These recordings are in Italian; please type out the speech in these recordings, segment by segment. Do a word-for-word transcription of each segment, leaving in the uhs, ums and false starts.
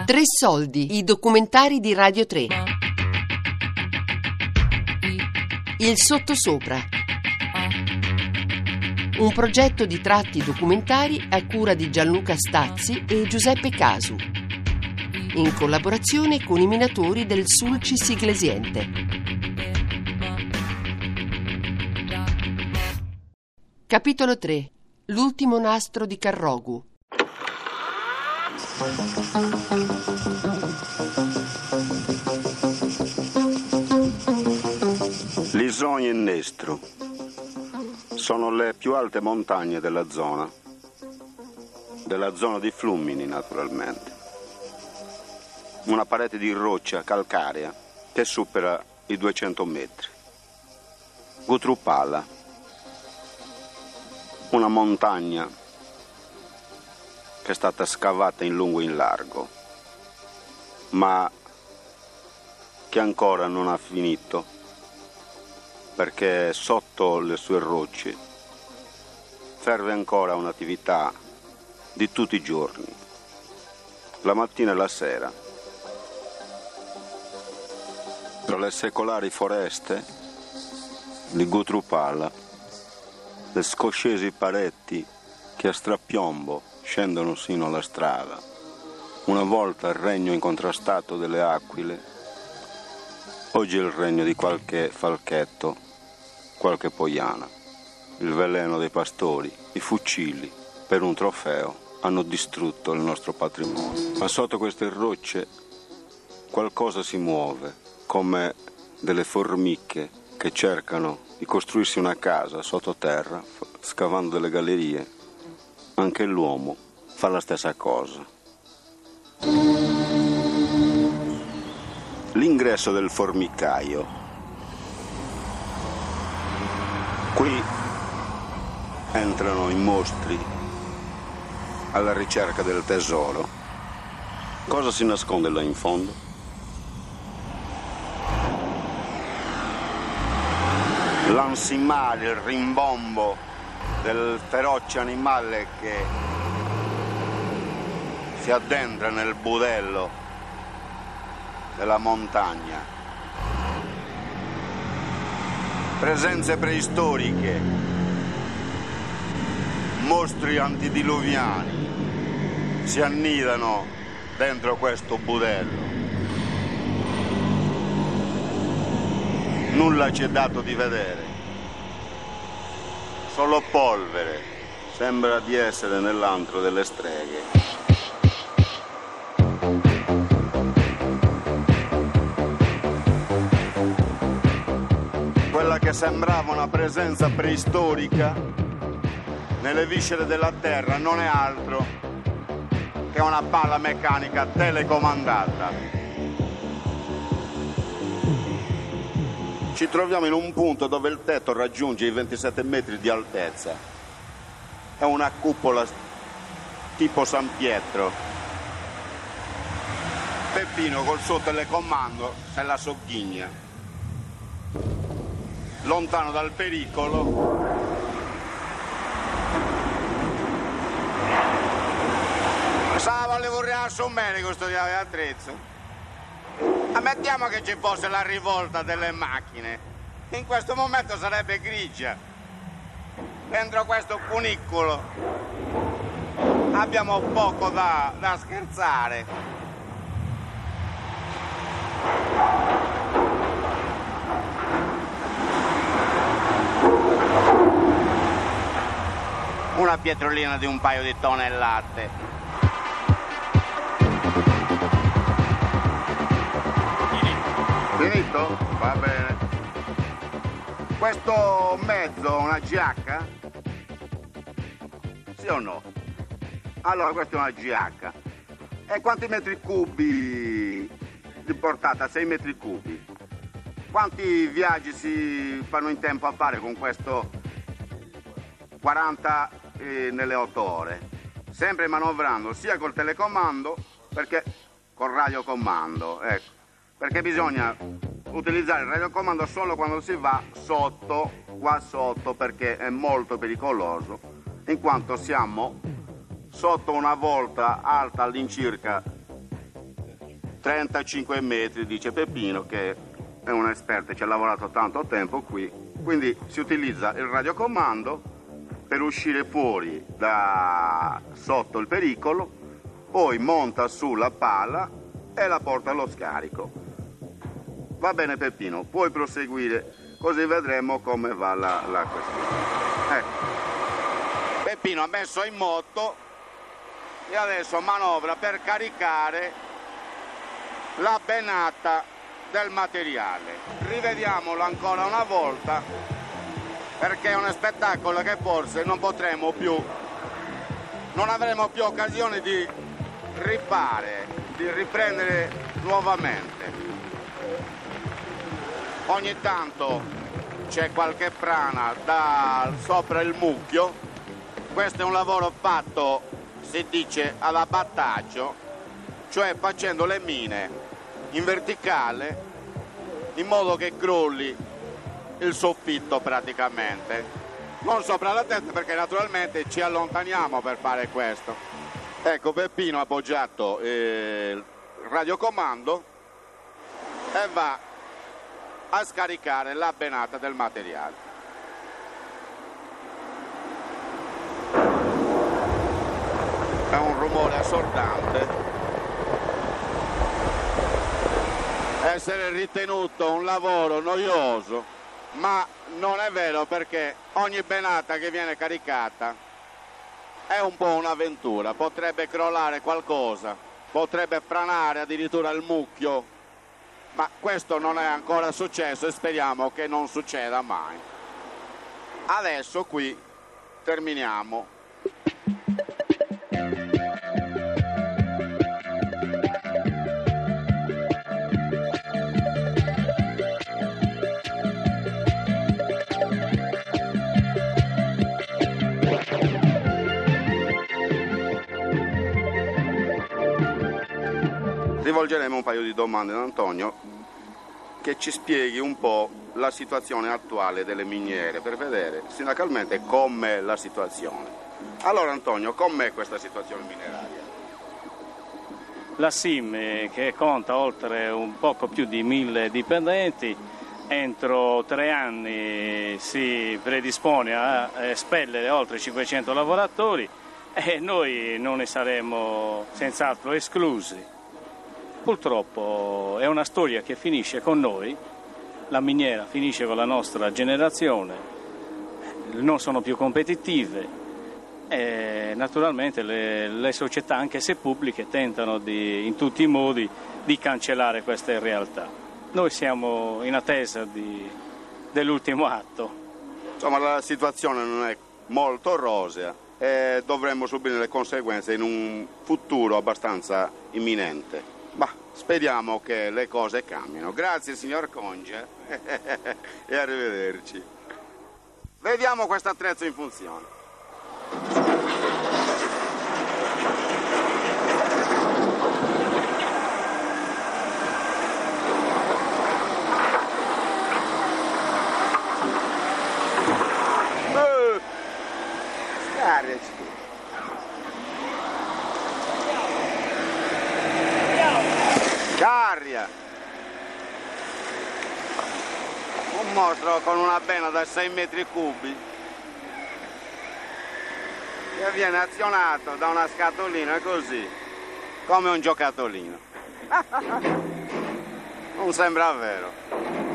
Tre soldi, i documentari di Radio tre. Il sottosopra. Un progetto di tratti documentari a cura di Gianluca Stazzi e Giuseppe Casu, in collaborazione con i minatori del Sulcis Iglesiente. Capitolo tre. L'ultimo nastro di Carrogu. Lison e Nestro sono le più alte montagne della zona, della zona di Flumini naturalmente. Una parete di roccia calcarea che supera i duecento metri. Gutrupala, una montagna che è stata scavata in lungo e in largo, ma che ancora non ha finito, perché sotto le sue rocce ferve ancora un'attività di tutti i giorni, la mattina e la sera. Tra le secolari foreste di Gutrupala, le scoscesi pareti che a strapiombo scendono sino alla strada, una volta il regno incontrastato delle aquile, oggi è il regno di qualche falchetto, qualche poiana. Il veleno dei pastori, i fucili, per un trofeo, hanno distrutto il nostro patrimonio. Ma sotto queste rocce qualcosa si muove, come delle formiche che cercano di costruirsi una casa sottoterra, scavando delle gallerie. Anche l'uomo fa la stessa cosa. L'ingresso del formicaio. Qui entrano i mostri alla ricerca del tesoro. Cosa si nasconde là in fondo? L'ansimale, il rimbombo del feroce animale che si addentra nel budello della montagna. Presenze preistoriche, mostri antidiluviani si annidano dentro questo budello. Nulla ci è dato di vedere, solo polvere. Sembra di essere nell'antro delle streghe. Quella che sembrava una presenza preistorica nelle viscere della terra non è altro che una palla meccanica telecomandata. Ci troviamo in un punto dove il tetto raggiunge i ventisette metri di altezza. È una cupola tipo San Pietro. Peppino col suo telecomando se la sogghigna. Lontano dal pericolo, sa, volevo riassumere questo di attrezzo. Ammettiamo che ci fosse la rivolta delle macchine. In questo momento sarebbe grigia. Dentro questo cunicolo abbiamo poco da, da scherzare. Una pietrolina di un paio di tonnellate. Finito? Va bene. Questo mezzo, una G H? Sì o no? Allora, questa è una G H. E quanti metri cubi di portata? sei metri cubi. Quanti viaggi si fanno in tempo a fare con questo quaranta eh, nelle otto ore? Sempre manovrando sia col telecomando perché col radiocomando, ecco. Perché bisogna utilizzare il radiocomando solo quando si va sotto, qua sotto, perché è molto pericoloso, in quanto siamo sotto una volta alta all'incirca trentacinque metri, dice Peppino, che è un esperto, ci ha lavorato tanto tempo qui. Quindi si utilizza il radiocomando per uscire fuori da sotto il pericolo, poi monta sulla pala e la porta allo scarico. Va bene Peppino, puoi proseguire, così vedremo come va la, la questione. Ecco. Peppino ha messo in moto e adesso manovra per caricare la benata del materiale. Rivediamolo ancora una volta, perché è uno spettacolo che forse non potremo più, non avremo più occasione di rifare, di riprendere nuovamente. Ogni tanto c'è qualche frana da sopra il mucchio. Questo è un lavoro fatto, si dice, all'abbattaggio, cioè facendo le mine in verticale in modo che crolli il soffitto praticamente, non sopra la testa, perché naturalmente ci allontaniamo per fare questo. Ecco, Peppino ha appoggiato il radiocomando e va a scaricare la benata del materiale. È un rumore assordante. Essere ritenuto un lavoro noioso, ma non è vero, perché ogni benata che viene caricata è un po' un'avventura. Potrebbe crollare qualcosa, potrebbe franare addirittura il mucchio, ma questo non è ancora successo e speriamo che non succeda mai. Adesso qui terminiamo. Rivolgeremo un paio di domande ad Antonio, che ci spieghi un po' la situazione attuale delle miniere, per vedere sindacalmente com'è la situazione. Allora Antonio, com'è questa situazione mineraria? La S I M, che conta oltre un poco più di mille dipendenti, entro tre anni si predispone a espellere oltre cinquecento lavoratori e noi non ne saremo senz'altro esclusi. Purtroppo è una storia che finisce con noi, la miniera finisce con la nostra generazione, non sono più competitive e naturalmente le, le società, anche se pubbliche, tentano di, in tutti i modi di cancellare queste realtà. Noi siamo in attesa di, dell'ultimo atto. Insomma, la situazione non è molto rosea e dovremmo subire le conseguenze in un futuro abbastanza imminente. Ma speriamo che le cose cambino. Grazie signor Conge e arrivederci. Vediamo questo attrezzo in funzione. Uh, scarici. Carria! Un mostro con una bena da sei metri cubi che viene azionato da una scatolina così, come un giocattolino. Non sembra vero.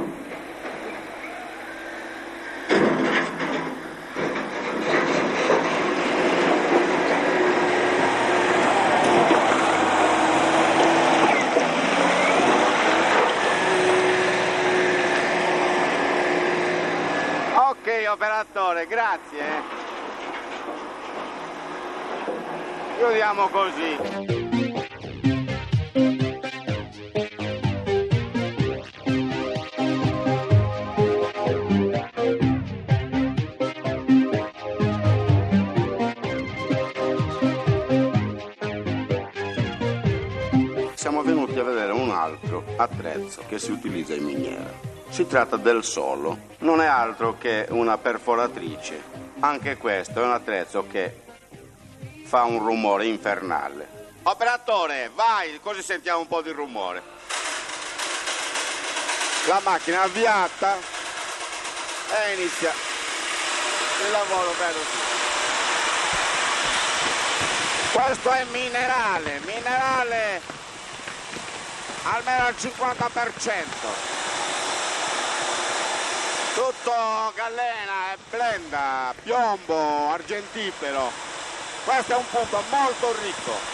Ok, operatore, grazie. Chiudiamo così. Siamo venuti a vedere un altro attrezzo che si utilizza in miniera. Si tratta del solo, non è altro che una perforatrice. Anche questo è un attrezzo che fa un rumore infernale. Operatore, vai, così sentiamo un po' di rumore. La macchina è avviata e inizia il lavoro, vedo. Questo è minerale, minerale almeno al cinquanta per cento. Tutto gallena e blenda, piombo, argentipero. Questo è un punto molto ricco.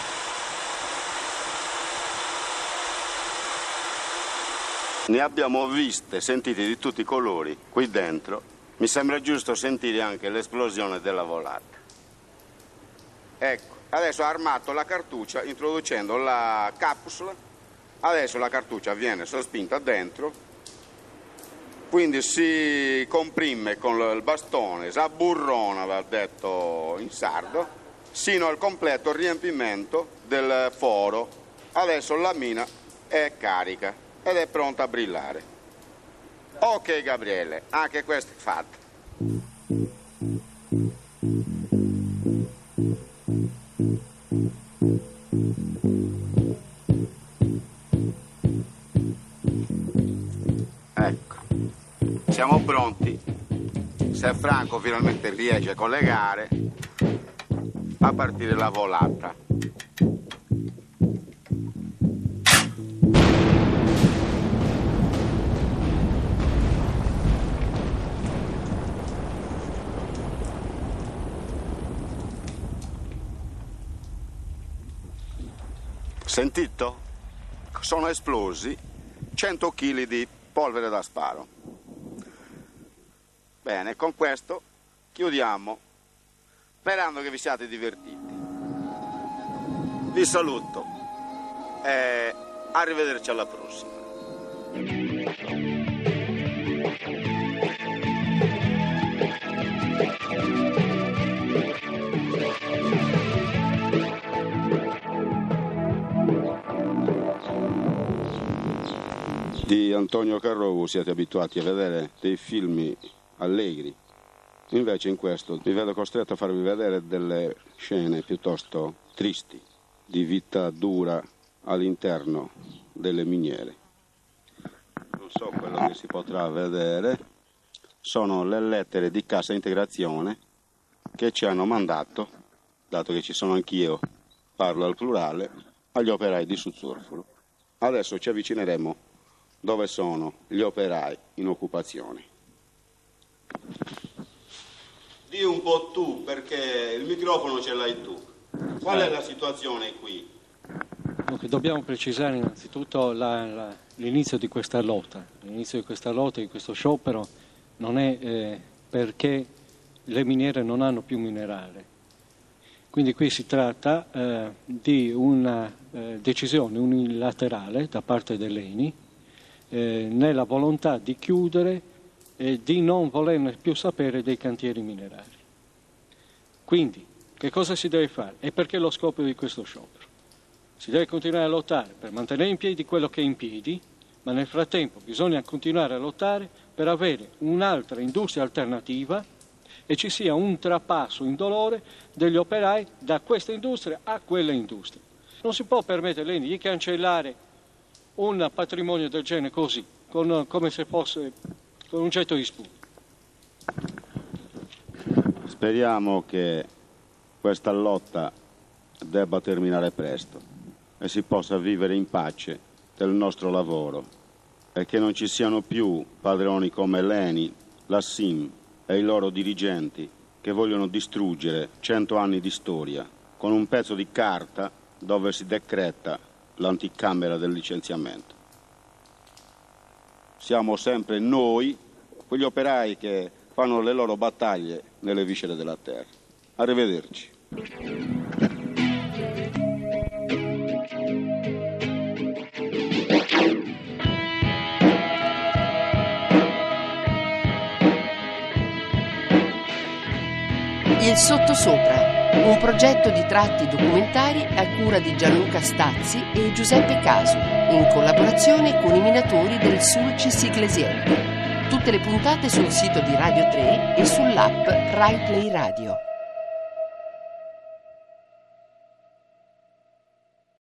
Ne abbiamo viste, sentite di tutti i colori qui dentro. Mi sembra giusto sentire anche l'esplosione della volata. Ecco, adesso ha armato la cartuccia introducendo la capsula. Adesso la cartuccia viene sospinta dentro, quindi si comprime con il bastone, s'abburrona, va detto in sardo, sino al completo riempimento del foro. Adesso la mina è carica ed è pronta a brillare. Ok Gabriele, anche questo è fatto. Ecco, siamo pronti. Se Franco finalmente riesce a collegare, a partire la volata. Sentito? Sono esplosi cento chili di polvere da sparo. Bene, con questo chiudiamo, sperando che vi siate divertiti. Vi saluto e arrivederci alla prossima. Di Antonio Carrovu siete abituati a vedere dei film allegri, invece in questo vi vedo costretto a farvi vedere delle scene piuttosto tristi, di vita dura all'interno delle miniere. Non so, quello che si potrà vedere sono le lettere di cassa integrazione che ci hanno mandato, dato che ci sono anch'io, parlo al plurale, agli operai di Suzzurfolo. Adesso ci avvicineremo dove sono gli operai in occupazione. Di un po' tu, perché il microfono ce l'hai tu. Qual è la situazione qui? Dunque, dobbiamo precisare innanzitutto la, la, l'inizio di questa lotta. L'inizio di questa lotta, di questo sciopero, non è eh, perché le miniere non hanno più minerale. Quindi qui si tratta eh, di una eh, decisione unilaterale da parte dell'E N I eh, nella volontà di chiudere e di non volerne più sapere dei cantieri minerari. Quindi, che cosa si deve fare? E perché lo scopo di questo sciopero? Si deve continuare a lottare per mantenere in piedi quello che è in piedi, ma nel frattempo bisogna continuare a lottare per avere un'altra industria alternativa e ci sia un trapasso indolore degli operai da questa industria a quella industria. Non si può permettere di cancellare un patrimonio del genere così, con, come se fosse con un getto di spugna. Speriamo che questa lotta debba terminare presto e si possa vivere in pace del nostro lavoro e che non ci siano più padroni come l'E N I, la S I M e i loro dirigenti che vogliono distruggere cento anni di storia con un pezzo di carta dove si decreta l'anticamera del licenziamento. Siamo sempre noi, quegli operai che fanno le loro battaglie nelle viscere della terra. Arrivederci. Il Sottosopra, un progetto di tratti documentari a cura di Gianluca Stazzi e Giuseppe Casu, in collaborazione con i minatori del Sulcis Siglesiente. Tutte le puntate sul sito di Radio tre e sull'app Rai Play Radio.